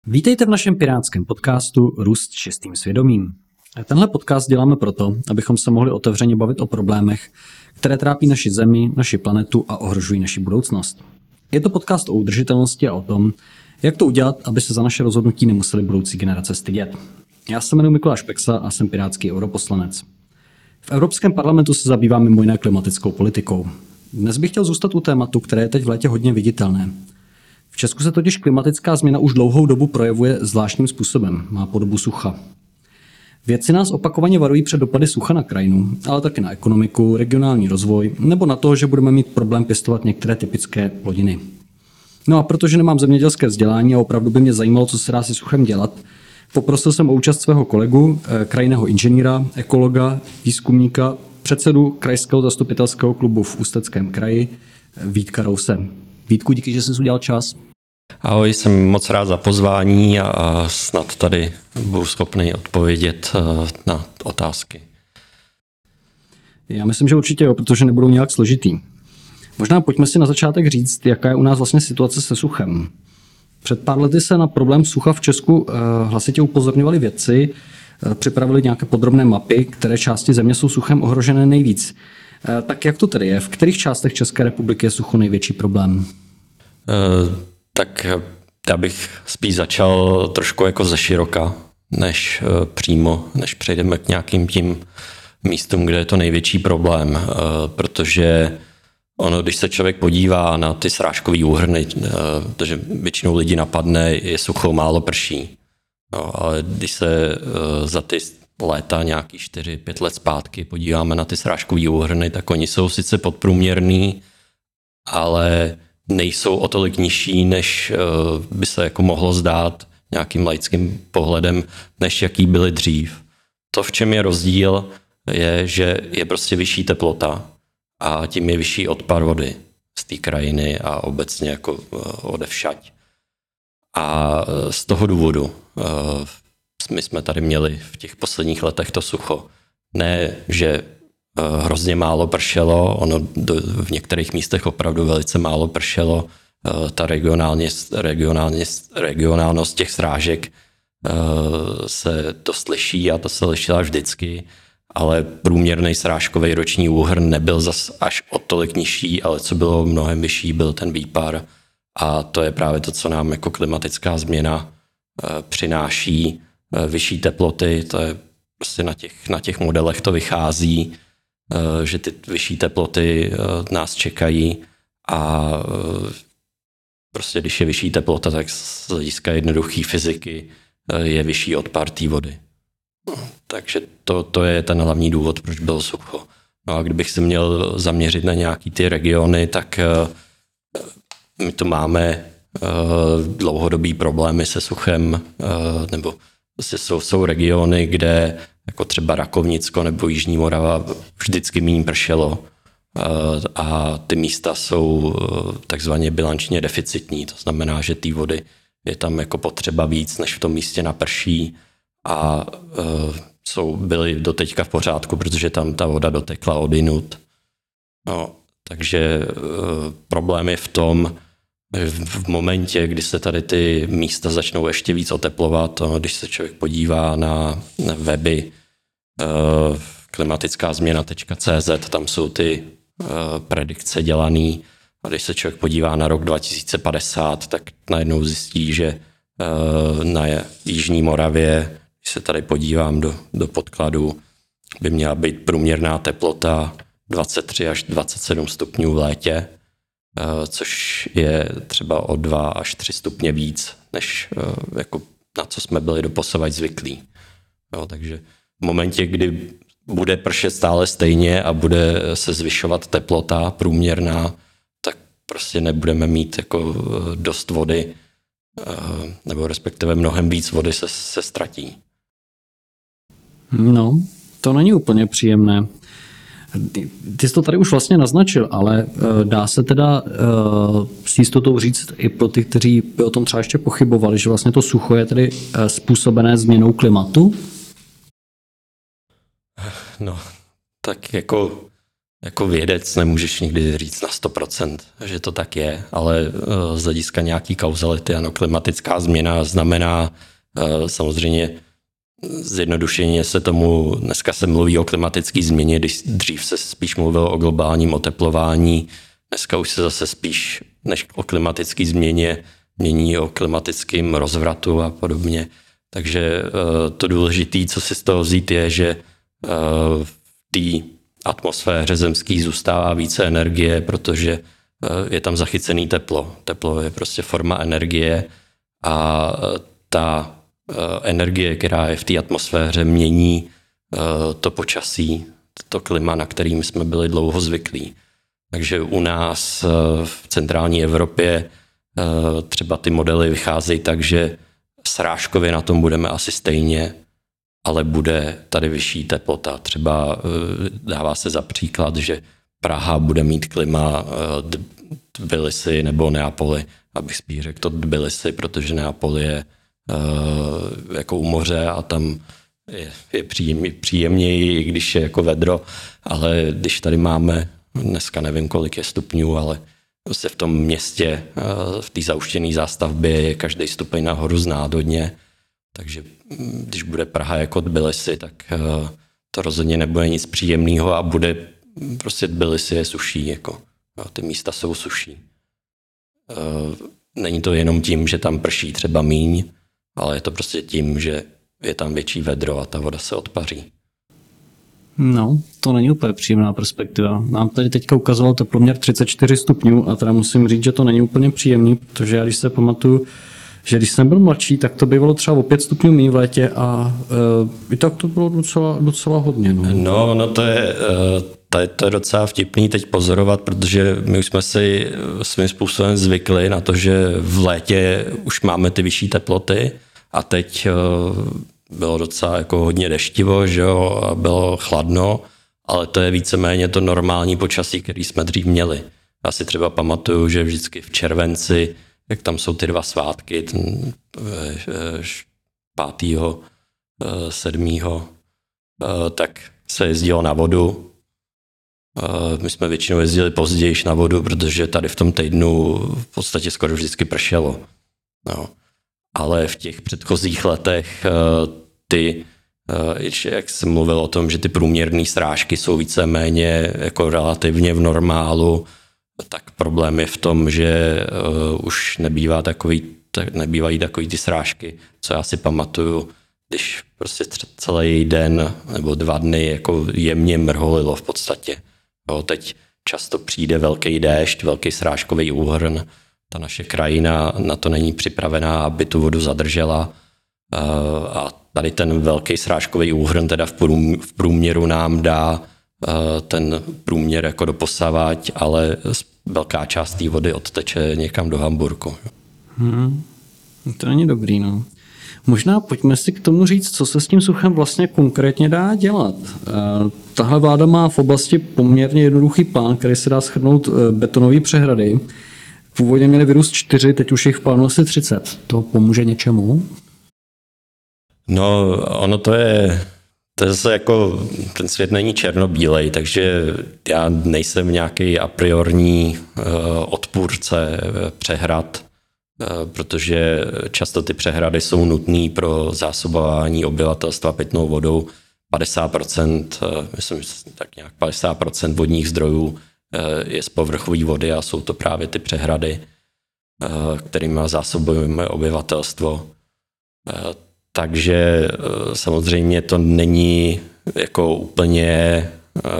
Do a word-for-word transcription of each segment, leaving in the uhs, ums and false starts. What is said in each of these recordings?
Vítejte v našem pirátském podcastu Růst s čistým svědomím. Tenhle podcast děláme proto, abychom se mohli otevřeně bavit o problémech, které trápí naši zemi, naši planetu a ohrožují naši budoucnost. Je to podcast o udržitelnosti a o tom, jak to udělat, aby se za naše rozhodnutí nemuseli budoucí generace stydět. Já se jmenuji Mikuláš Peksa a jsem pirátský europoslanec. V Evropském parlamentu se zabývám mimo jiné klimatickou politikou. Dnes bych chtěl zůstat u tématu, které je teď v létě hodně viditelné. V Česku se totiž klimatická změna už dlouhou dobu projevuje zvláštním způsobem, má podobu sucha. Vědci nás opakovaně varují před dopady sucha na krajinu, ale také na ekonomiku, regionální rozvoj nebo na to, že budeme mít problém pěstovat některé typické plodiny. No a protože nemám zemědělské vzdělání a opravdu by mě zajímalo, co se dá se suchem dělat, poprosil jsem o účast svého kolegu, krajinného inženýra, ekologa, výzkumníka, předsedu krajského zastupitelského klubu v Ústeckém kraji, Vítka Rouse. Vítku, díky, že jsi udělal čas. Ahoj, jsem moc rád za pozvání a snad tady budu schopný odpovědět na otázky. Já myslím, že určitě jo, protože nebudou nějak složitý. Možná pojďme si na začátek říct, jaká je u nás vlastně situace se suchem. Před pár lety se na problém sucha v Česku hlasitě upozorňovali vědci, připravili nějaké podrobné mapy, které části země jsou suchem ohrožené nejvíc. Tak jak to tedy je? V kterých částech České republiky je sucho největší problém? Uh, tak já bych spíš začal trošku jako ze široka, než uh, přímo, než přejdeme k nějakým tím místům, kde je to největší problém. Uh, protože ono, když se člověk podívá na ty srážkové úhrny, uh, protože většinou lidi napadne, je sucho, málo prší. No, ale když se uh, za ty léta nějaký čtyři pět let zpátky podíváme na ty srážkové úhrny, tak oni jsou sice podprůměrný, ale nejsou o tolik nižší, než by se jako mohlo zdát nějakým laickým pohledem, než jaký byly dřív. To, v čem je rozdíl, je, že je prostě vyšší teplota a tím je vyšší odpar vody z té krajiny a obecně jako odevšať. A z toho důvodu my jsme tady měli v těch posledních letech to sucho. Ne, že hrozně málo pršelo, ono do, v některých místech opravdu velice málo pršelo. Ta regionálně, regionálně, regionálnost těch srážek se to slyší a to se lišila vždycky, ale průměrný srážkový roční úhrn nebyl zas až o tolik nižší, ale co bylo mnohem vyšší, byl ten výpar. A to je právě to, co nám jako klimatická změna přináší. Vyšší teploty, to je prostě na těch, na těch modelech to vychází, že ty vyšší teploty nás čekají a prostě když je vyšší teplota, tak z hlediska jednoduché fyziky je vyšší odpar té vody. Takže to, to je ten hlavní důvod, proč bylo sucho. No a kdybych se měl zaměřit na nějaký ty regiony, tak my tu máme dlouhodobý problémy se suchem, nebo jsou, jsou regiony, kde jako třeba Rakovnicko nebo Jižní Morava vždycky méně pršelo a ty místa jsou takzvaně bilančně deficitní, to znamená, že té vody je tam jako potřeba víc, než v tom místě naprší a jsou, byly doteďka v pořádku, protože tam ta voda dotekla odinut. No, takže problém je v tom, v momentě, kdy se tady ty místa začnou ještě víc oteplovat, když se člověk podívá na weby klimatická změna tečka cé zet, tam jsou ty predikce dělaný a když se člověk podívá na rok dva tisíce padesát, tak najednou zjistí, že na Jižní Moravě, když se tady podívám do, do podkladu, by měla být průměrná teplota dvacet tři až dvacet sedm stupňů v létě, což je třeba o dva až tři stupně víc, než jako na co jsme byli doposavad zvyklí. Jo, takže v momentě, kdy bude pršet stále stejně a bude se zvyšovat teplota průměrná, tak prostě nebudeme mít jako dost vody, nebo respektive mnohem víc vody se, se ztratí. No, to není úplně příjemné. Ty jsi to tady už vlastně naznačil, ale dá se teda s jistotou říct i pro ty, kteří by o tom třeba ještě pochybovali, že vlastně to sucho je tedy způsobené změnou klimatu? No, tak jako jako vědec nemůžeš nikdy říct na sto procent, že to tak je, ale z hlediska nějaký kauzality, ano, klimatická změna znamená samozřejmě zjednodušeně se tomu, dneska se mluví o klimatické změně, když dřív se spíš mluvilo o globálním oteplování, dneska už se zase spíš než o klimatické změně mění o klimatickém rozvratu a podobně. Takže to důležité, co si z toho vzít, je, že v té atmosféře zemský zůstává více energie, protože je tam zachycený teplo. Teplo je prostě forma energie a ta energie, která je v té atmosféře, mění to počasí, to klima, na kterým jsme byli dlouho zvyklí. Takže u nás v centrální Evropě třeba ty modely vycházejí tak, že srážkově na tom budeme asi stejně, ale bude tady vyšší teplota. Třeba dává se za příklad, že Praha bude mít klima Tbilisi nebo Neapoli, abych spíš řekl to Tbilisi, protože Neapol je jako u moře a tam je, je příjemně, příjemněji, když je jako vedro, ale když tady máme, dneska nevím, kolik je stupňů, ale prostě v tom městě, v té zauštěné zástavbě je každý stupeň nahoru znádodně, takže když bude Praha jako Tbilisi, tak to rozhodně nebude nic příjemného a bude prostě Tbilisi je suší, jako ty místa jsou suší. Není to jenom tím, že tam prší třeba míň, ale je to prostě tím, že je tam větší vedro a ta voda se odpaří. No, to není úplně příjemná perspektiva. Nám tady teďka ukazoval teploměr třicet čtyři stupňů a teda musím říct, že to není úplně příjemný, protože já když se pamatuju, že když jsem byl mladší, tak to bývalo třeba o pět stupňů méně v létě a e, i tak to bylo docela, docela hodně. No, no, no to je... Uh... To je, to je docela vtipný teď pozorovat, protože my už jsme si svým způsobem zvykli na to, že v létě už máme ty vyšší teploty a teď bylo docela jako hodně deštivo, že jo, a bylo chladno, ale to je víceméně to normální počasí, který jsme dřív měli. Já si třeba pamatuju, že vždycky v červenci, jak tam jsou ty dva svátky, ten pátého, sedmého, tak se jezdilo na vodu. My jsme většinou jezdili později na vodu, protože tady v tom týdnu v podstatě skoro vždycky pršelo. No. Ale v těch předchozích letech ty, jak jsem mluvil o tom, že ty průměrné srážky jsou víceméně jako relativně v normálu, tak problém je v tom, že už nebývá takový, nebývají takový ty srážky, co já si pamatuju, když prostě celý den nebo dva dny jako jemně mrholilo v podstatě. Jo, teď často přijde velký déšť, velký srážkový úhrn, ta naše krajina na to není připravená, aby tu vodu zadržela a tady ten velký srážkový úhrn teda v průměru nám dá ten průměr jako doposavať, ale velká část té vody odteče někam do Hamburku. Hmm, to není dobrý, no. Možná pojďme si k tomu říct, co se s tím suchem vlastně konkrétně dá dělat. Tahle vláda má v oblasti poměrně jednoduchý plán, který se dá shrnout betonové přehrady. Původně měli vyrůst čtyři, teď už jich v plánu asi třicet. To pomůže něčemu? No, ono to je, to je zase jako, ten svět není černobílej, takže já nejsem nějaký a priorní odpůrce přehrad, protože často ty přehrady jsou nutné pro zásobování obyvatelstva pitnou vodou. padesát procent, myslím, tak nějak padesát procent vodních zdrojů je z povrchové vody a jsou to právě ty přehrady, kterými zásobujeme obyvatelstvo. Takže samozřejmě to není jako úplně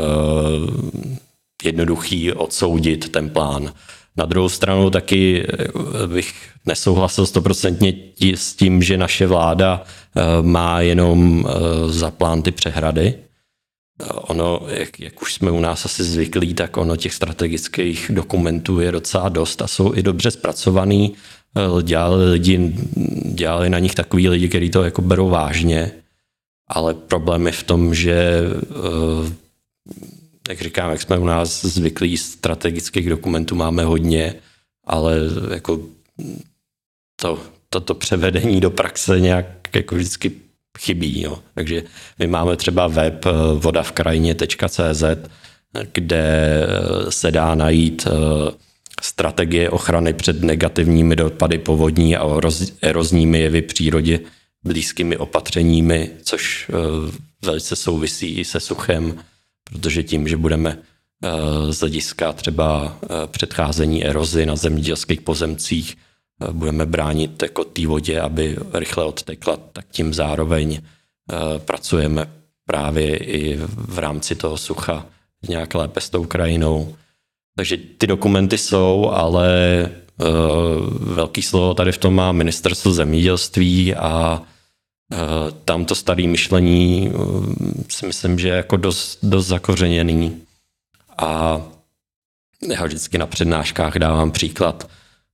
jednoduchý odsoudit ten plán. Na druhou stranu taky bych nesouhlasil stoprocentně s tím, že naše vláda má jenom za plán ty přehrady. Ono, jak, jak už jsme u nás asi zvyklí, tak ono těch strategických dokumentů je docela dost a jsou i dobře zpracovaný. Dělali, lidi, dělali na nich takový lidi, kteří to jako berou vážně, ale problém je v tom, že jak říkám, jak jsme u nás zvyklí, strategických dokumentů máme hodně, ale jako to, toto převedení do praxe nějak jako vždycky chybí. Jo. Takže my máme třeba web voda v krajině tečka cé zet, kde se dá najít strategie ochrany před negativními dopady povodní a erozními jevy přírodě blízkými opatřeními, což velice souvisí i se suchem, protože tím, že budeme z hlediska třeba předcházení erozi na zemědělských pozemcích, budeme bránit jako té vodě, aby rychle odtekla, tak tím zároveň pracujeme právě i v rámci toho sucha nějak lépe s tou krajinou. Takže ty dokumenty jsou, ale velký slovo tady v tom má ministerstvo zemědělství a tam to staré myšlení si myslím, že je jako dost, dost zakořeněný. A já vždycky na přednáškách dávám příklad.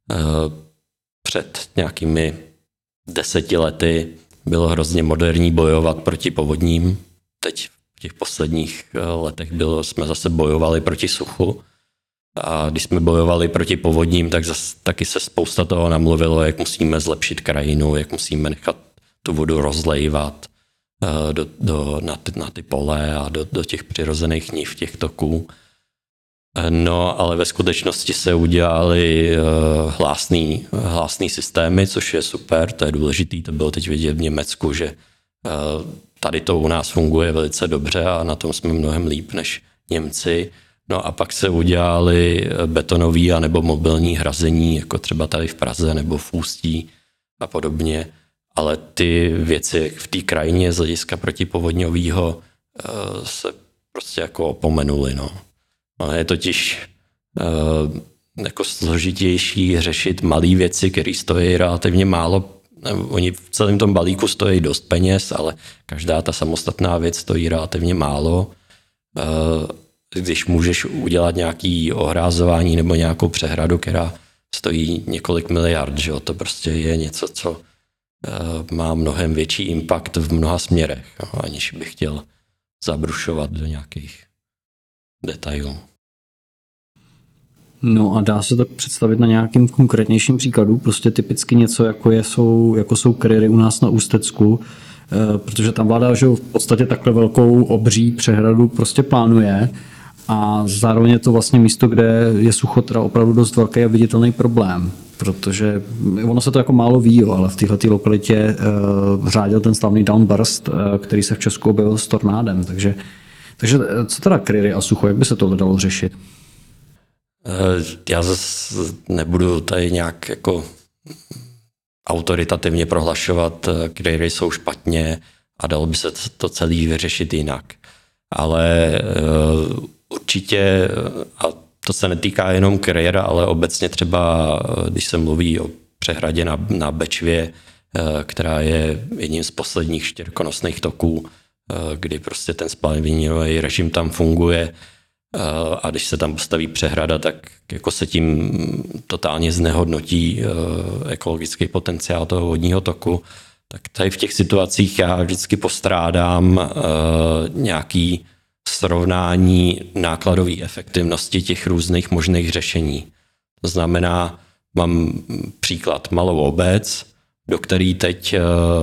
Před nějakými deseti lety bylo hrozně moderní bojovat proti povodním. Teď v těch posledních letech bylo, jsme zase bojovali proti suchu. A když jsme bojovali proti povodním, tak zase, taky se spousta toho namluvilo, jak musíme zlepšit krajinu, jak musíme nechat tu vodu rozlévat do, do, na, ty, na ty pole a do, do těch přirozených niv, těch toků. No, ale ve skutečnosti se udělaly hlásný, hlásný systémy, což je super, to je důležitý, to bylo teď vidět v Německu, že tady to u nás funguje velice dobře a na tom jsme mnohem líp než Němci. No a pak se udělaly betonový a nebo mobilní hrazení, jako třeba tady v Praze nebo v Ústí a podobně. Ale ty věci v té krajině z hlediska protipovodňového se prostě jako opomenuly. No. Je totiž uh, jako složitější řešit malé věci, které stojí relativně málo. Oni v celém tom balíku stojí dost peněz, ale každá ta samostatná věc stojí relativně málo. Uh, když můžeš udělat nějaké ohrázování nebo nějakou přehradu, která stojí několik miliard, že jo? To prostě je něco, co uh, má mnohem větší impact v mnoha směrech, jo? Aniž bych chtěl zabrušovat do nějakých detailů. No a dá se to představit na nějakým konkrétnějším příkladu, prostě typicky něco, jako, je, jsou, jako jsou kariéry u nás na Ústecku, e, protože tam vláda, že v podstatě takhle velkou obří přehradu prostě plánuje a zároveň je to vlastně místo, kde je sucho teda opravdu dost velký a viditelný problém, protože ono se to jako málo ví, jo, ale v této lokalitě e, řádil ten slavný downburst, e, který se v Česku objevil s tornádem, takže Takže co teda kariéry a sucho, jak by se tohle dalo řešit? Já zase nebudu tady nějak jako autoritativně prohlašovat, kariéry jsou špatně a dalo by se to celé vyřešit jinak. Ale určitě, a to se netýká jenom kariéra, ale obecně třeba, když se mluví o přehradě na, na Bečvě, která je jedním z posledních štěrkonosných toků, kdy prostě ten splavňový režim tam funguje a když se tam postaví přehrada, tak jako se tím totálně znehodnotí ekologický potenciál toho vodního toku. Tak tady v těch situacích já vždycky postrádám nějaký srovnání nákladové efektivnosti těch různých možných řešení. To znamená, mám příklad malou obec, do který teď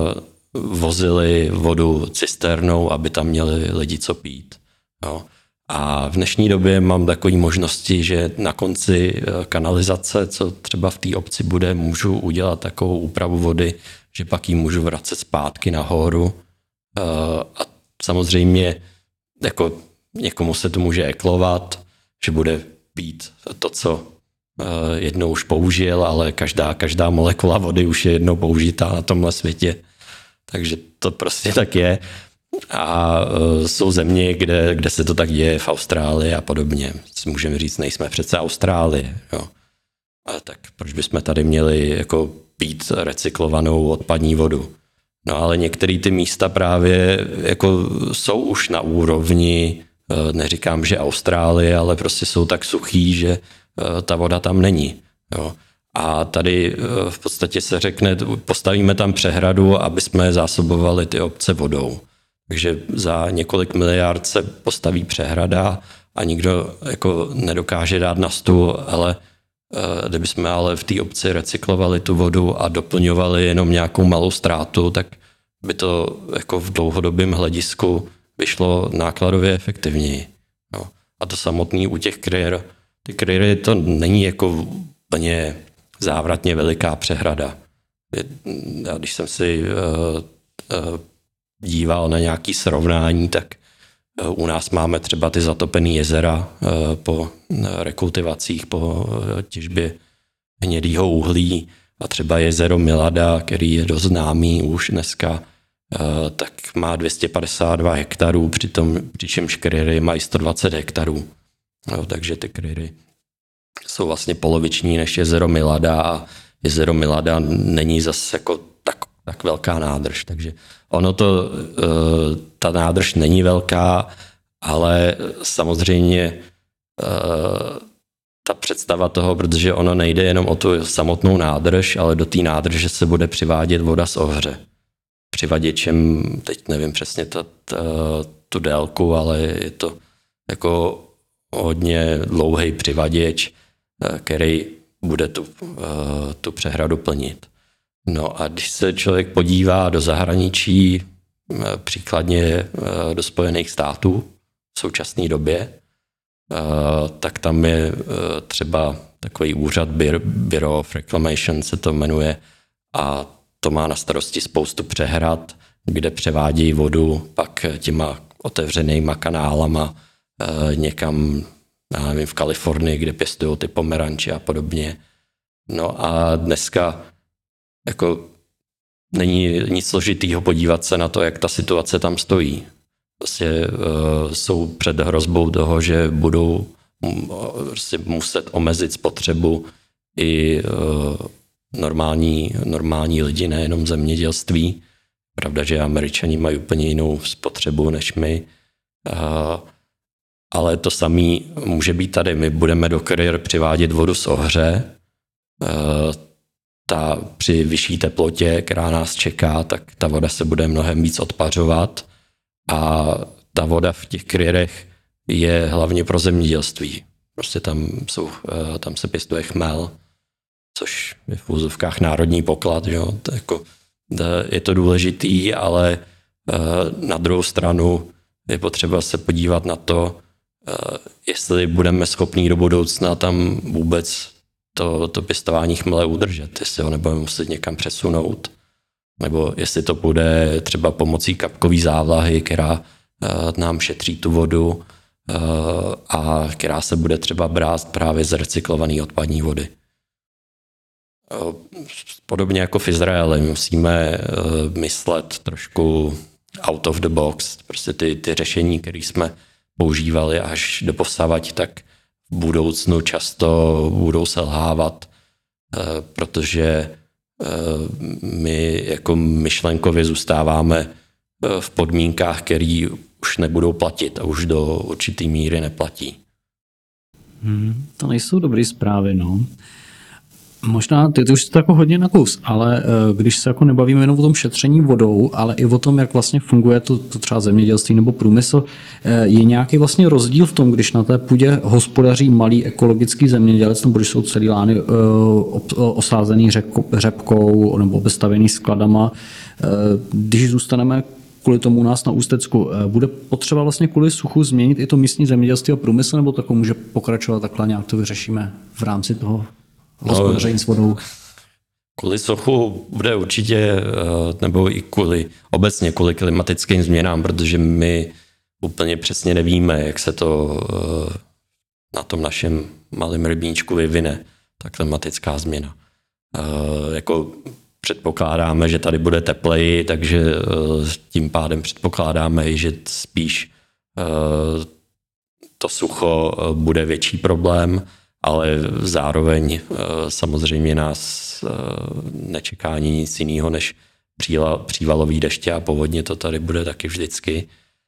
vozili vodu cisternou, aby tam měli lidi co pít. Jo. A v dnešní době mám takové možnosti, že na konci kanalizace, co třeba v té obci bude, můžu udělat takovou úpravu vody, že pak ji můžu vracet zpátky nahoru. A samozřejmě jako někomu se to může eklovat, že bude pít to, co jednou už použil, ale každá, každá molekula vody už je jednou použitá na tomhle světě. Takže to prostě tak je. A uh, jsou země, kde, kde se to tak děje, v Austrálii a podobně. Můžeme říct, nejsme přece Austrálie. Jo. A tak proč bychom tady měli jako pít recyklovanou odpadní vodu? No ale některé ty místa právě jako jsou už na úrovni, uh, neříkám, že Austrálie, ale prostě jsou tak suchý, že uh, ta voda tam není. Jo. A tady v podstatě se řekne, postavíme tam přehradu, aby jsme zásobovali ty obce vodou. Takže za několik miliard se postaví přehrada a nikdo jako nedokáže dát na stůl, ale kdybychom ale v té obci recyklovali tu vodu a doplňovali jenom nějakou malou ztrátu, tak by to jako v dlouhodobém hledisku vyšlo nákladově efektivněji. No. A to samotný u těch kryr. Ty kryry to není jako úplně závratně veliká přehrada. Já když jsem si uh, uh, díval na nějaké srovnání, tak uh, u nás máme třeba ty zatopené jezera uh, po uh, rekultivacích, po uh, těžbě hnědýho uhlí a třeba jezero Milada, který je dost známý už dneska, uh, tak má dvě stě padesát dva hektarů, přitom, přičemž kryry mají sto dvacet hektarů. No, takže ty kryry jsou vlastně poloviční než jezero Milada a jezero Milada není zase jako tak, tak velká nádrž. Takže ono to, ta nádrž není velká, ale samozřejmě ta představa toho, protože ono nejde jenom o tu samotnou nádrž, ale do té nádrže se bude přivádět voda z Ohře. Přivaděčem, teď nevím přesně ta, ta, tu délku, ale je to jako hodně dlouhý přivaděč, který bude tu, tu přehradu plnit. No a když se člověk podívá do zahraničí, příkladně do Spojených států v současné době, tak tam je třeba takový úřad Bureau of Reclamation se to jmenuje a to má na starosti spoustu přehrad, kde převádějí vodu pak těma otevřenýma kanálama někam, já nevím, v Kalifornii, kde pěstují ty pomeranče a podobně. No a dneska jako není nic složitýho podívat se na to, jak ta situace tam stojí. Prostě uh, jsou před hrozbou toho, že budou prostě muset omezit spotřebu i uh, normální, normální lidi, nejenom zemědělství. Pravda, že Američani mají úplně jinou spotřebu než my. Uh, ale to samé může být tady. My budeme do kryr přivádět vodu z Ohře. Uh, ta při vyšší teplotě, která nás čeká, tak ta voda se bude mnohem víc odpařovat. A ta voda v těch kryrech je hlavně pro zemědělství. Prostě tam, jsou, tam se pěstuje chmel, což je v úzovkách národní poklad. Jo? To jako, je to důležitý, ale na druhou stranu je potřeba se podívat na to, jestli budeme schopní do budoucna tam vůbec to, to pěstování chmele udržet, jestli ho nebudeme muset někam přesunout. Nebo jestli to bude třeba pomocí kapkové závlahy, která uh, nám šetří tu vodu uh, a která se bude třeba brát právě z recyklované odpadní vody. Uh, podobně jako v Izraeli musíme uh, myslet trošku out of the box. Prostě ty, ty řešení, které jsme používali až do posavať, tak v budoucnu často budou selhávat, uh, protože my jako myšlenkově zůstáváme v podmínkách, které už nebudou platit a už do určitý míry neplatí. Hmm, to nejsou dobré zprávy, no. Možná, ty, ty už to jako hodně nakus, ale když se jako nebavíme jenom o tom šetření vodou, ale i o tom, jak vlastně funguje to, to třeba zemědělství nebo průmysl, je nějaký vlastně rozdíl v tom, když na té půdě hospodaří malý ekologický zemědělec, nebo když jsou celý lány osázený řepkou nebo obestavený skladama, když zůstaneme kvůli tomu u nás na Ústecku, bude potřeba vlastně kvůli suchu změnit i to místní zemědělství a průmysl, nebo to může pokračovat takhle, nějak to vyřešíme v rámci toho hospodaření s vodou? Kvůli suchu bude určitě, nebo i kvůli, obecně kvůli klimatickým změnám, protože my úplně přesně nevíme, jak se to na tom našem malém rybníčku vyvine, ta klimatická změna. Jako předpokládáme, že tady bude tepleji, takže tím pádem předpokládáme, že spíš to sucho bude větší problém, ale zároveň samozřejmě nás nečeká nic jiného než přívalový deště a povodně, to tady bude taky vždycky.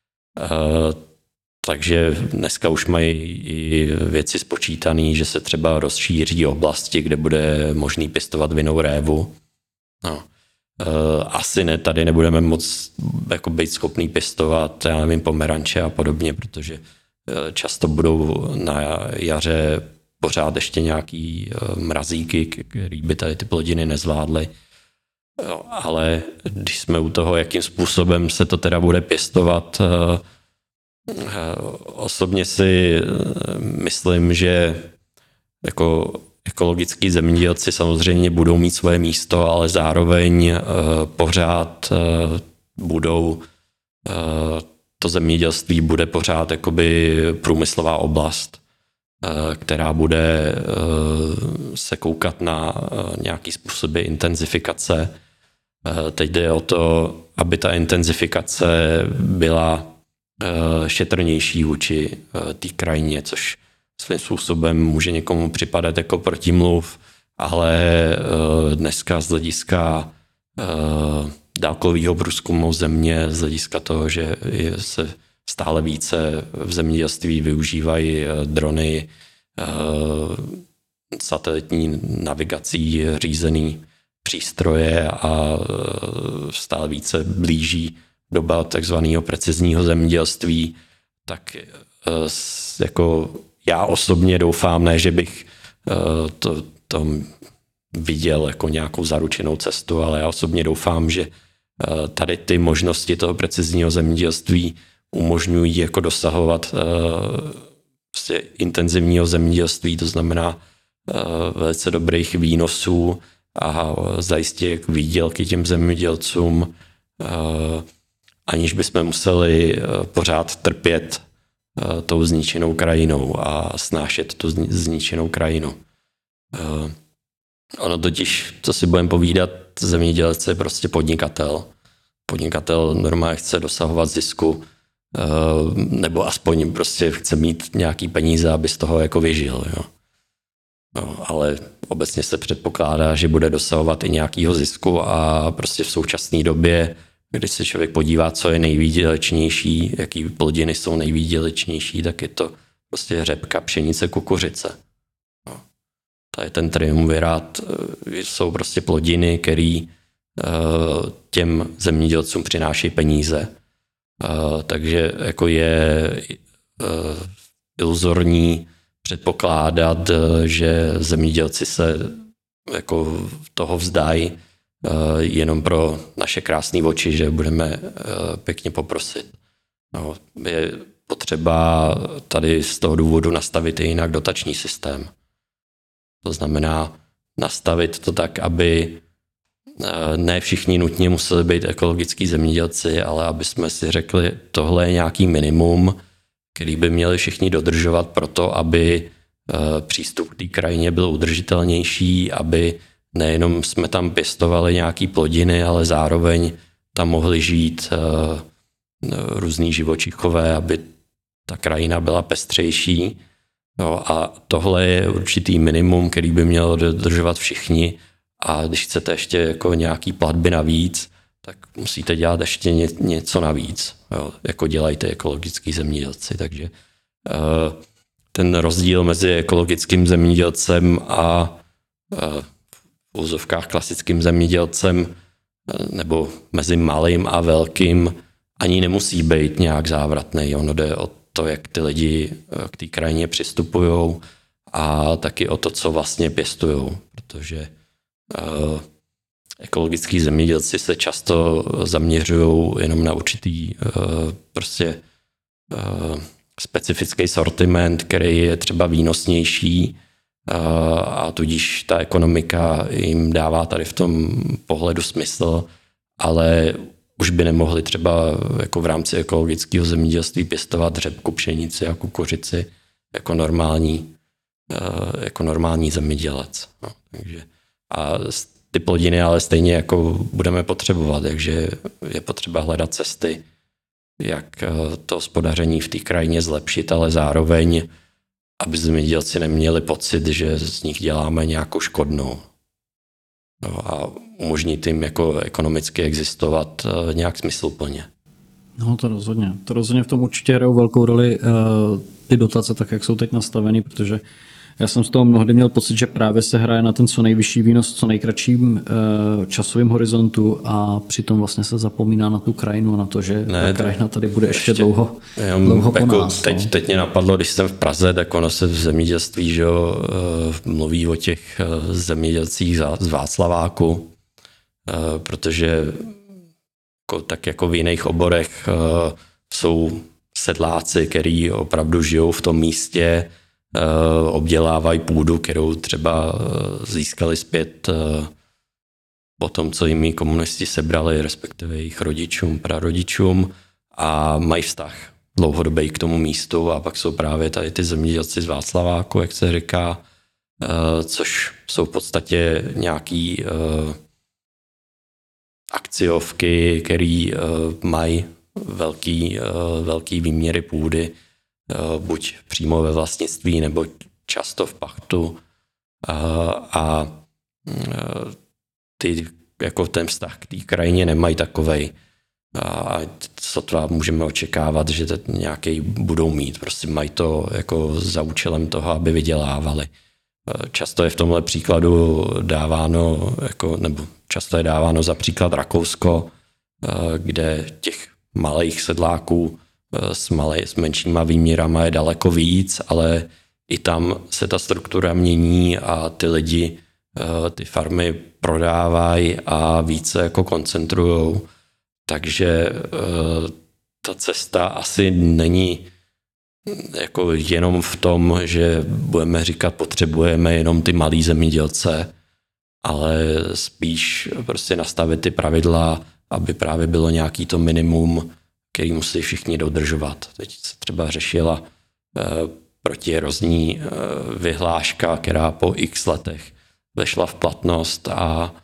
Takže dneska už mají i věci spočítané, že se třeba rozšíří oblasti, kde bude možný pěstovat vinnou révu. No. Asi ne, tady nebudeme moc jako být schopný pěstovat, já nevím, pomeranče a podobně, protože často budou na jaře pořád ještě nějaký mrazíky, který by tady ty plodiny nezvládly. Ale když jsme u toho, jakým způsobem se to teda bude pěstovat, Osobně si myslím, že jako ekologický zemědělci samozřejmě budou mít svoje místo, ale zároveň pořád budou, to zemědělství bude pořád jakoby průmyslová oblast, která bude se koukat na nějaký způsoby intenzifikace. Teď jde o to, aby ta intenzifikace byla šetrnější vůči té krajině, což svým způsobem může někomu připadat jako protimluv, ale dneska z hlediska dálkového průzkumu země, z hlediska toho, že se stále více v zemědělství využívají drony, satelitní navigací řízený přístroje a stále více blíží doba takzvaného precizního zemědělství, tak jako já osobně doufám, ne, že bych to, to viděl jako nějakou zaručenou cestu, ale já osobně doufám, že tady ty možnosti toho precizního zemědělství umožňují jako dosahovat prostě intenzivního zemědělství, to znamená velice dobrých výnosů a zajistit výdělky těm zemědělcům, aniž bychom museli pořád trpět tou zničenou krajinou a snášet tu zničenou krajinu. Ono totiž, co si budeme povídat, zemědělec je prostě podnikatel. Podnikatel normálně chce dosahovat zisku, nebo aspoň prostě chce mít nějaký peníze, aby z toho jako vyžil. Jo. No, ale obecně se předpokládá, že bude dosahovat i nějakého zisku a prostě v současné době, když se člověk podívá, co je nejvýdělečnější, jaký plodiny jsou nejvýdělečnější, tak je to prostě řepka, pšenice, kukuřice. No. To je ten triumvirát, jsou prostě plodiny, které těm zemědělcům přináší peníze. Takže jako je iluzorní předpokládat, že zemědělci se jako toho vzdají jenom pro naše krásné oči, že budeme pěkně poprosit. No, je potřeba tady z toho důvodu nastavit i jinak dotační systém. To znamená nastavit to tak, aby ne všichni nutně museli být ekologický zemědělci, ale aby jsme si řekli, tohle je nějaký minimum, který by měli všichni dodržovat proto, aby přístup k té krajině byl udržitelnější, aby nejenom jsme tam pěstovali nějaký plodiny, ale zároveň tam mohli žít různý živočichové, aby ta krajina byla pestřejší. No a tohle je určitý minimum, který by mělo dodržovat všichni. A když chcete ještě jako nějaký platby navíc, tak musíte dělat ještě něco navíc. Jo, jako dělají ekologický zemědělci. Takže ten rozdíl mezi ekologickým zemědělcem a v úzovkách klasickým zemědělcem nebo mezi malým a velkým ani nemusí být nějak závratný. Ono jde o to, jak ty lidi k té krajině přistupují a taky o to, co vlastně pěstují. Protože uh, ekologický zemědělci se často zaměřují jenom na určitý uh, prostě uh, specifický sortiment, který je třeba výnosnější uh, a tudíž ta ekonomika jim dává tady v tom pohledu smysl, ale už by nemohli třeba jako v rámci ekologického zemědělství pěstovat řepku, pšenici a kukuřici jako normální, jako normální zemědělec. No, takže a ty plodiny ale stejně jako budeme potřebovat, takže je potřeba hledat cesty, jak to hospodaření v té krajině zlepšit, ale zároveň, aby zemědělci neměli pocit, že z nich děláme nějakou škodnou. No a umožnit jim jako ekonomicky existovat nějak smysluplně. No to rozhodně. To rozhodně v tom určitě hrajou velkou roli uh, ty dotace, tak jak jsou teď nastaveny, protože já jsem z toho mnohdy měl pocit, že právě se hraje na ten co nejvyšší výnos, co nejkratším uh, časovým horizontu a přitom vlastně se zapomíná na tu krajinu, na to, že ne, ta krajina tady bude ještě, ještě dlouho, dlouho po jako nás. Teď, no. teď mě napadlo, když jsem v Praze, tak ono se v zemědělství že, uh, mluví o těch uh, zemědělcích z Václaváku, uh, protože jako, tak jako v jiných oborech uh, jsou sedláci, kteří opravdu žijou v tom místě, obdělávají půdu, kterou třeba získali zpět po tom, co jim komunisti sebrali, respektive jejich rodičům, prarodičům, a mají vztah dlouhodobý k tomu místu, a pak jsou právě tady ty zemědělci z Václaváku, jak se říká, což jsou v podstatě nějaký akciovky, které mají velký, velký výměry půdy, buď přímo ve vlastnictví, nebo často v pachtu, a, a ty jako ten vztah k té krajině nemají takovej. A sotva můžeme očekávat, že to nějaký budou mít. Prostě mají to jako za účelem toho, aby vydělávali. Často je v tomhle příkladu dáváno, jako, nebo často je dáváno za příklad Rakousko, kde těch malých sedláků s, malej, s menšíma výměrama je daleko víc, ale i tam se ta struktura mění a ty lidi ty farmy prodávají a více jako koncentrujou. Takže ta cesta asi není jako jenom v tom, že budeme říkat, potřebujeme jenom ty malý zemědělce, ale spíš prostě nastavit ty pravidla, aby právě bylo nějaký to minimum, který musí všichni dodržovat. Teď se třeba řešila protierozní vyhláška, která po x letech vešla v platnost a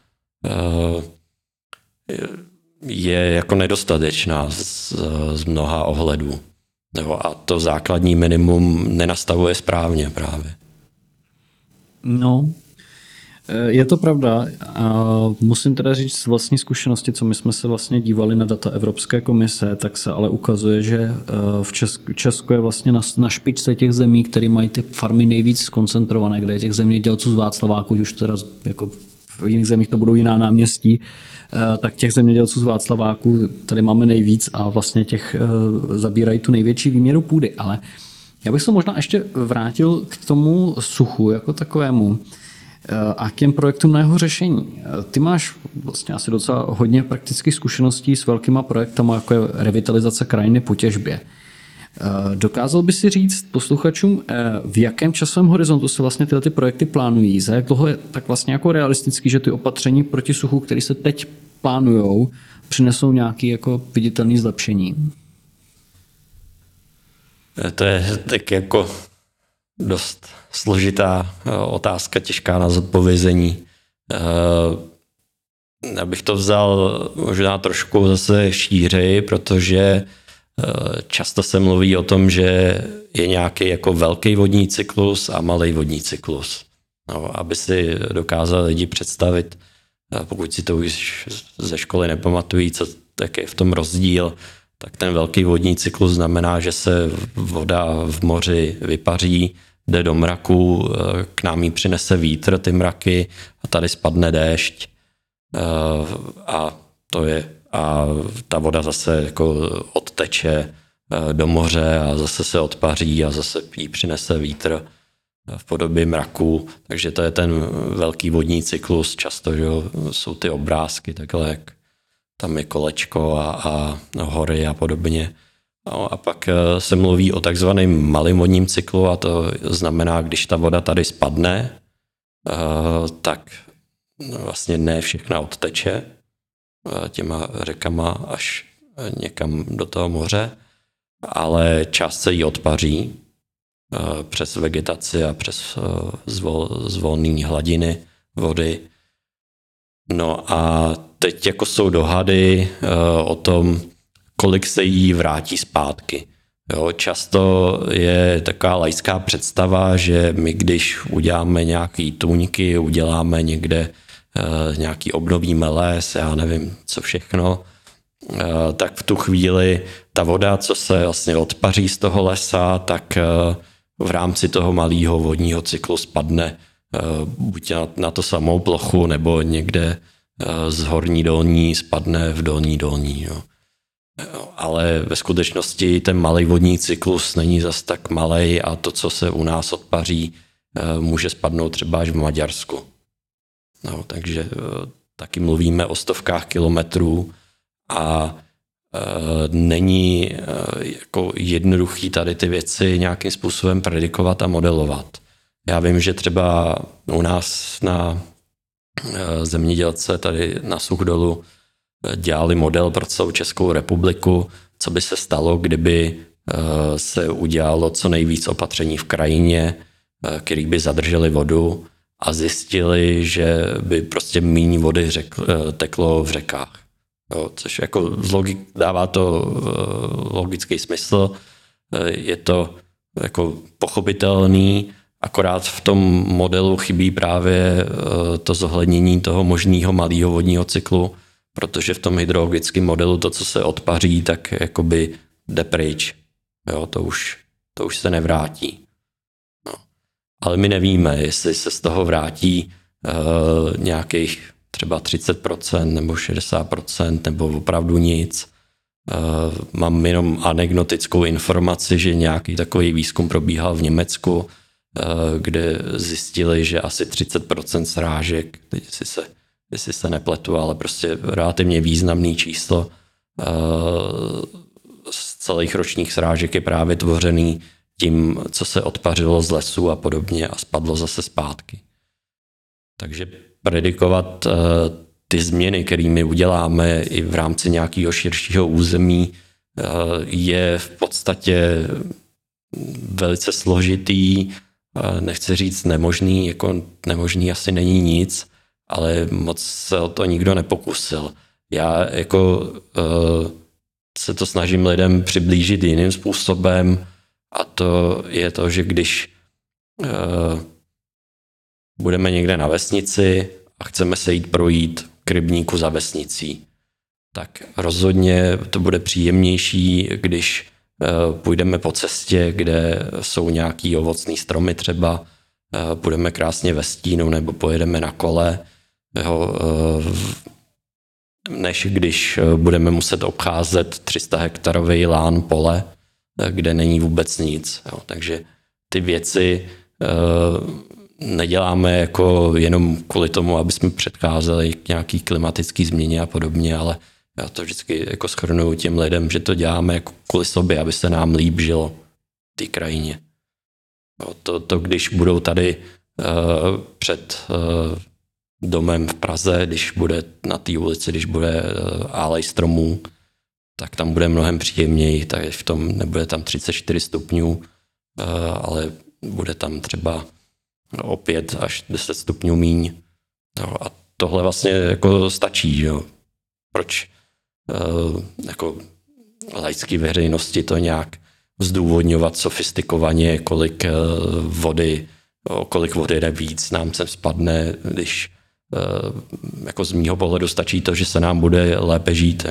je jako nedostatečná z, z mnoha ohledů. No a to základní minimum nenastavuje správně právě. No, je to pravda. A musím teda říct z vlastní zkušenosti, co my jsme se vlastně dívali na data Evropské komise, tak se ale ukazuje, že v Česku, Česku je vlastně na, na špičce těch zemí, které mají ty farmy nejvíc skoncentrované, kde je těch zemědělců z Václaváku, už teda jako v jiných zemích to budou jiná náměstí, tak těch zemědělců z Václaváku tady máme nejvíc a vlastně těch zabírají tu největší výměru půdy. Ale já bych se možná ještě vrátil k tomu suchu jako takovému a k těm projektům na jeho řešení. Ty máš vlastně asi docela hodně praktických zkušeností s velkýma projektama, jako je revitalizace krajiny po těžbě. Dokázal by si říct posluchačům, v jakém časovém horizontu se vlastně tyhle ty projekty plánují? Za jak dlouho je tak vlastně jako realistický, že ty opatření proti suchu, které se teď plánujou, přinesou nějaké jako viditelné zlepšení? To je tak jako dost složitá otázka, těžká na zodpovězení. Já bych to vzal možná trošku zase šířeji, protože často se mluví o tom, že je nějaký jako velký vodní cyklus a malý vodní cyklus. No, aby si dokázali lidi představit, pokud si to už ze školy nepamatují, co tak je v tom rozdíl, tak ten velký vodní cyklus znamená, že se voda v moři vypaří, jde do mraku, k nám jí přinese vítr ty mraky a tady spadne déšť a to je a ta voda zase jako odteče do moře a zase se odpaří a zase jí přinese vítr v podobě mraku. Takže to je ten velký vodní cyklus. Často že jsou ty obrázky takhle, jak tam je kolečko a, a hory a podobně. No a pak se mluví o takzvaném malém vodním cyklu a to znamená, když ta voda tady spadne, tak vlastně ne všechna odteče těma řekama až někam do toho moře, ale část se jí odpaří přes vegetaci a přes zvol, zvolné hladiny vody. No a teď jako jsou dohady o tom, kolik se jí vrátí zpátky. Jo, často je taková laická představa, že my když uděláme nějaký tůňky, uděláme někde nějaký obnovíme les, já nevím, co všechno, tak v tu chvíli ta voda, co se vlastně odpaří z toho lesa, tak v rámci toho malého vodního cyklu spadne buď na to samou plochu, nebo někde z horní dolní spadne v dolní dolní. Jo. Ale ve skutečnosti ten malý vodní cyklus není zas tak malej a to, co se u nás odpaří, může spadnout třeba až v Maďarsku. No, takže taky mluvíme o stovkách kilometrů a není jako jednoduchý tady ty věci nějakým způsobem predikovat a modelovat. Já vím, že třeba u nás na zemědělce tady na Suchdolu dělali model pro celou Českou republiku, co by se stalo, kdyby se udělalo co nejvíc opatření v krajině, který by zadrželi vodu a zjistili, že by prostě méně vody řek, teklo v řekách. Jo, což jako z logik, dává to logický smysl, je to jako pochopitelný, akorát v tom modelu chybí právě to zohlednění toho možného malého vodního cyklu, protože v tom hydrologickém modelu to, co se odpaří, tak jakoby jde pryč. Jo, to už, to už se nevrátí. No. Ale my nevíme, jestli se z toho vrátí uh, nějakých třeba třicet procent nebo šedesát procent nebo opravdu nic. Uh, mám jenom anekdotickou informaci, že nějaký takový výzkum probíhal v Německu, uh, kde zjistili, že asi třicet procent srážek, teď si se, jestli se nepletu, ale prostě relativně významný číslo uh, z celých ročních srážek je právě tvořený tím, co se odpařilo z lesu a podobně a spadlo zase zpátky. Takže predikovat uh, ty změny, které my uděláme i v rámci nějakého širšího území, uh, je v podstatě velice složitý, uh, nechci říct nemožný, jako nemožný asi není nic, ale moc se o to nikdo nepokusil. Já jako uh, se to snažím lidem přiblížit jiným způsobem a to je to, že když uh, budeme někde na vesnici a chceme se jít projít k rybníku za vesnicí, tak rozhodně to bude příjemnější, když uh, půjdeme po cestě, kde jsou nějaký ovocný stromy třeba, uh, půjdeme krásně ve stínu nebo pojedeme na kole, jo, uh, než když budeme muset obcházet tři sta hektarový lán pole, kde není vůbec nic. Jo. Takže ty věci uh, neděláme jako jenom kvůli tomu, aby jsme předcházeli k nějaký klimatický změně a podobně, ale já to vždycky jako shrnuju těm lidem, že to děláme jako kvůli sobě, aby se nám líp žilo v té krajině. Jo, to, to, když budou tady uh, před uh, domem v Praze, když bude na té ulici, když bude álej stromů, tak tam bude mnohem příjemněji, tak v tom nebude tam třicet čtyři stupňů, ale bude tam třeba o pět až deset stupňů míň. No a tohle vlastně jako stačí, že jo. Proč jako laické veřejnosti to nějak zdůvodňovat sofistikovaně, kolik vody, o kolik vody jde víc, nám sem spadne, když jako z mýho pohledu stačí to, že se nám bude lépe žít.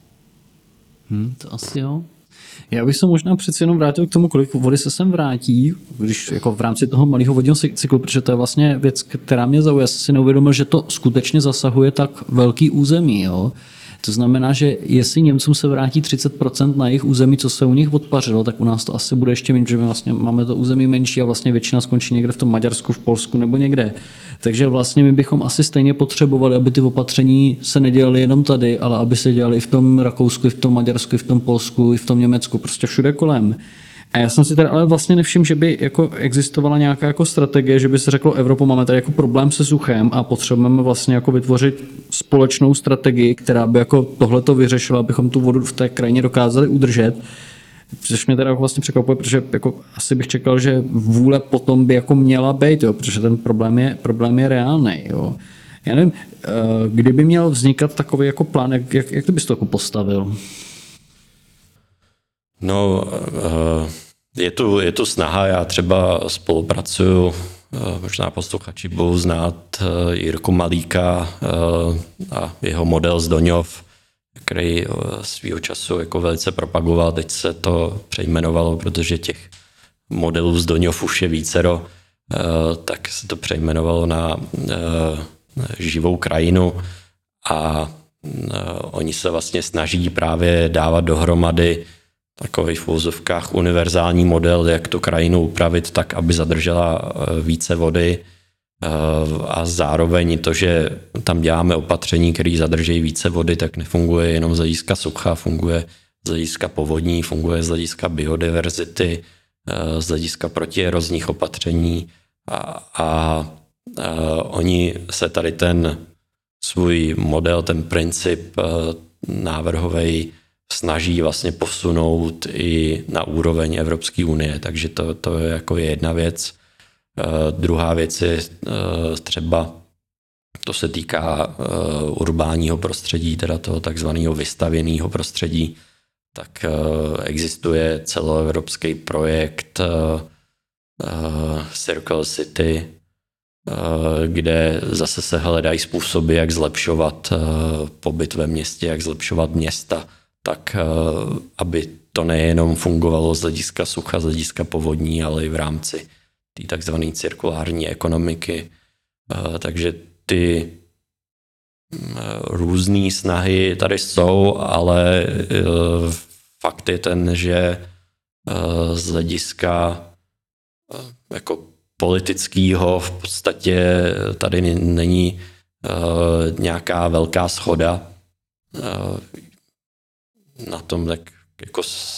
Hmm, to asi jo. Já bych se možná přeci jenom vrátil k tomu, kolik vody se sem vrátí, když jako v rámci toho malého vodního cyklu, protože to je vlastně věc, která mě zaujala. Já jsem si neuvědomil, že to skutečně zasahuje tak velký území. Jo? To znamená, že jestli Němcům se vrátí třicet procent na jejich území, co se u nich odpařilo, tak u nás to asi bude ještě méně, že my vlastně máme to území menší a vlastně většina skončí někde v tom Maďarsku, v Polsku nebo někde. Takže vlastně my bychom asi stejně potřebovali, aby ty opatření se nedělaly jenom tady, ale aby se dělaly i v tom Rakousku, i v tom Maďarsku, i v tom Polsku, i v tom Německu, prostě všude kolem. A já jsem si tady ale vlastně nevšiml, že by jako existovala nějaká jako strategie, že by se řeklo, Evropu máme tady jako problém se suchem a potřebujeme vlastně jako vytvořit společnou strategii, která by jako tohleto vyřešila, abychom tu vodu v té krajině dokázali udržet. Což mě teda vlastně překvapuje, protože jako asi bych čekal, že vůle potom by jako měla být, jo, protože ten problém je, problém je reálný. Jo. Já nevím, kdyby měl vznikat takový jako plán, jak, jak, jak to bys to jako postavil? No, je tu, je tu snaha, já třeba spolupracuju, možná posluchači budou znát Jirku Malíka a jeho model z Doňov, který svýho času jako velice propagoval, teď se to přejmenovalo, protože těch modelů z Doňov už je vícero, tak se to přejmenovalo na živou krajinu a oni se vlastně snaží právě dávat dohromady takový v úzovkách univerzální model, jak tu krajinu upravit tak, aby zadržela více vody A zároveň to, že tam děláme opatření, které zadrží více vody, tak nefunguje jenom z hlediska sucha, funguje z hlediska povodní, funguje z hlediska biodiverzity, z hlediska protierozních opatření a, a, a oni se tady ten svůj model, ten princip návrhovej snaží vlastně posunout i na úroveň Evropské unie, takže to, to je jako jedna věc. Uh, druhá věc je uh, třeba, to se týká uh, urbánního prostředí, teda toho takzvaného vystavěného prostředí, tak uh, existuje celoevropský projekt uh, uh, Circle City, uh, kde zase se hledají způsoby, jak zlepšovat uh, pobyt ve městě, jak zlepšovat města, tak uh, aby to nejenom fungovalo z hlediska sucha, z hlediska povodní, ale i v rámci té takzvané cirkulární ekonomiky. Takže ty různé snahy tady jsou, ale fakt je ten, že z hlediska jako politického v podstatě tady není nějaká velká shoda na tom, tak jako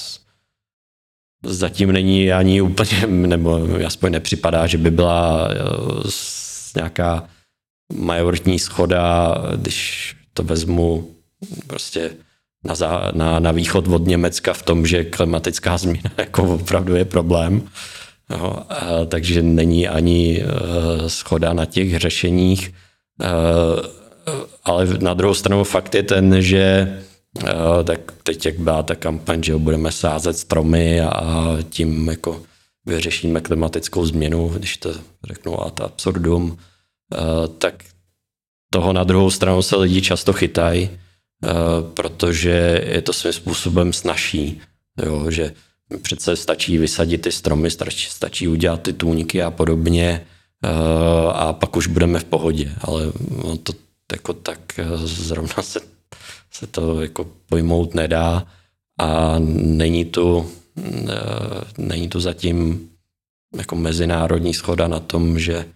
zatím není ani úplně, nebo aspoň nepřipadá, že by byla nějaká majoritní shoda, když to vezmu prostě na, zá, na, na východ od Německa v tom, že klimatická změna jako opravdu je problém. No, a, takže není ani uh, shoda na těch řešeních. Uh, ale na druhou stranu fakt je ten, že Uh, tak teď, jak byla ta kampaň, že budeme sázet stromy a tím jako vyřešíme klimatickou změnu, když to řeknu ad absurdum, uh, tak toho na druhou stranu se lidi často chytají, uh, protože je to svým způsobem snazší, jo, že přece stačí vysadit ty stromy, stačí, stačí udělat ty tůňky a podobně uh, a pak už budeme v pohodě, ale no, to jako tak zrovna se se to jako pojmout nedá a není tu, není tu zatím jako mezinárodní shoda na tom, že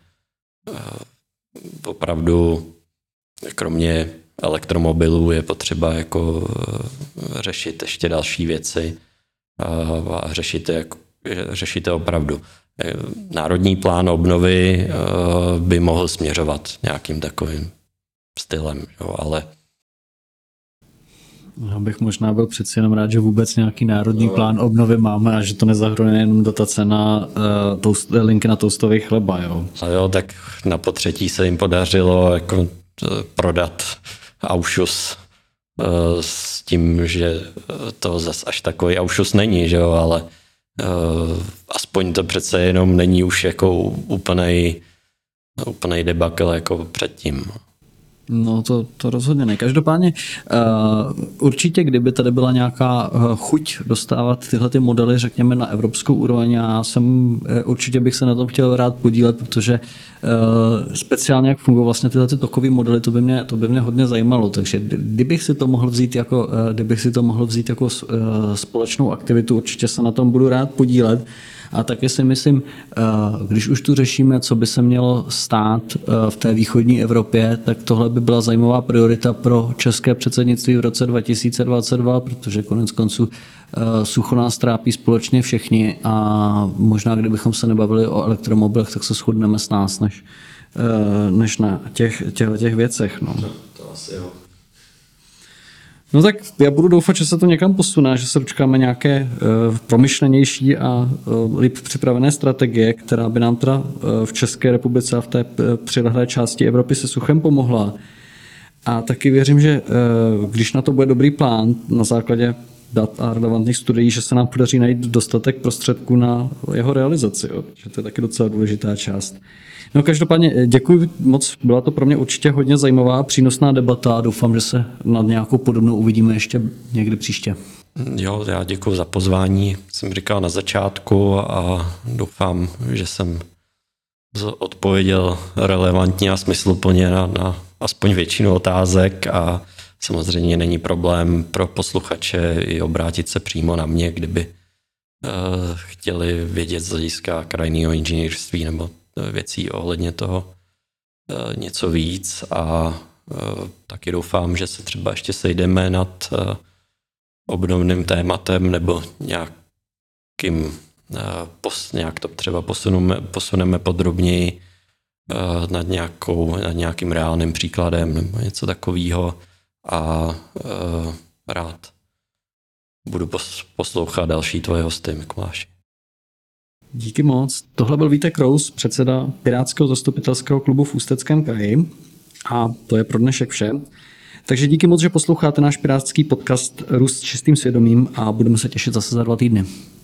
opravdu kromě elektromobilů je potřeba jako řešit ještě další věci a řešit je, řešit je opravdu. Národní plán obnovy by mohl směřovat nějakým takovým stylem, jo, ale já bych možná byl přeci jenom rád, že vůbec nějaký národní no. plán obnovy máme a že to nezahrnuje jenom dotace na uh, toast, linky na toastový chleba. Jo. A jo, tak na potřetí se jim podařilo jako prodat Aušus uh, s tím, že to zas až takový Aušus není, že jo, ale uh, aspoň to přece jenom není už jako úplnej, úplnej debakl jako předtím. No to, to rozhodně ne. Každopádně uh, určitě, kdyby tady byla nějaká uh, chuť dostávat tyhle ty modely, řekněme, na evropskou úroveň, já jsem, uh, určitě bych se na tom chtěl rád podílet, protože uh, speciálně jak fungují vlastně tyhle ty tokové modely, to by mě, to by mě hodně zajímalo. Takže kdybych si to mohl vzít jako, uh, kdybych si to mohl vzít jako uh, společnou aktivitu, určitě se na tom budu rád podílet. A taky si myslím, když už tu řešíme, co by se mělo stát v té východní Evropě, tak tohle by byla zajímavá priorita pro české předsednictví v roce dva tisíce dvacet dva, protože konec konců sucho nás trápí společně všichni a možná kdybychom se nebavili o elektromobilech, tak se shodneme s nás, než, než na těch, těchto těch věcech. No. To asi jo. No tak já budu doufat, že se to někam posune, že se dočkáme nějaké uh, promyšlenější a uh, líp připravené strategie, která by nám teda uh, v České republice a v té uh, přilehlé části Evropy se suchem pomohla. A taky věřím, že uh, když na to bude dobrý plán na základě dat a relevantních studií, že se nám podaří najít dostatek prostředků na jeho realizaci. Jo. Že to je taky docela důležitá část. No každopádně děkuji moc, byla to pro mě určitě hodně zajímavá a přínosná debata a doufám, že se nad nějakou podobnou uvidíme ještě někdy příště. Jo, já děkuji za pozvání, jsem říkal na začátku a doufám, že jsem odpověděl relevantně a smysluplně na, na aspoň většinu otázek a samozřejmě není problém pro posluchače i obrátit se přímo na mě, kdyby uh, chtěli vědět z hlediska krajinného inženýrství nebo věcí ohledně toho něco víc a taky doufám, že se třeba ještě sejdeme nad obdobným tématem nebo nějakým, nějak to třeba posuneme, posuneme podrobněji nad, nějakou, nad nějakým reálným příkladem nebo něco takového a rád budu poslouchat další tvoje hosty, Mikuláši. Díky moc. Tohle byl Vítek Rous, předseda Pirátského zastupitelského klubu v Ústeckém kraji. A to je pro dnešek vše. Takže díky moc, že posloucháte náš pirátský podcast Růst s čistým svědomím a budeme se těšit zase za dva týdny.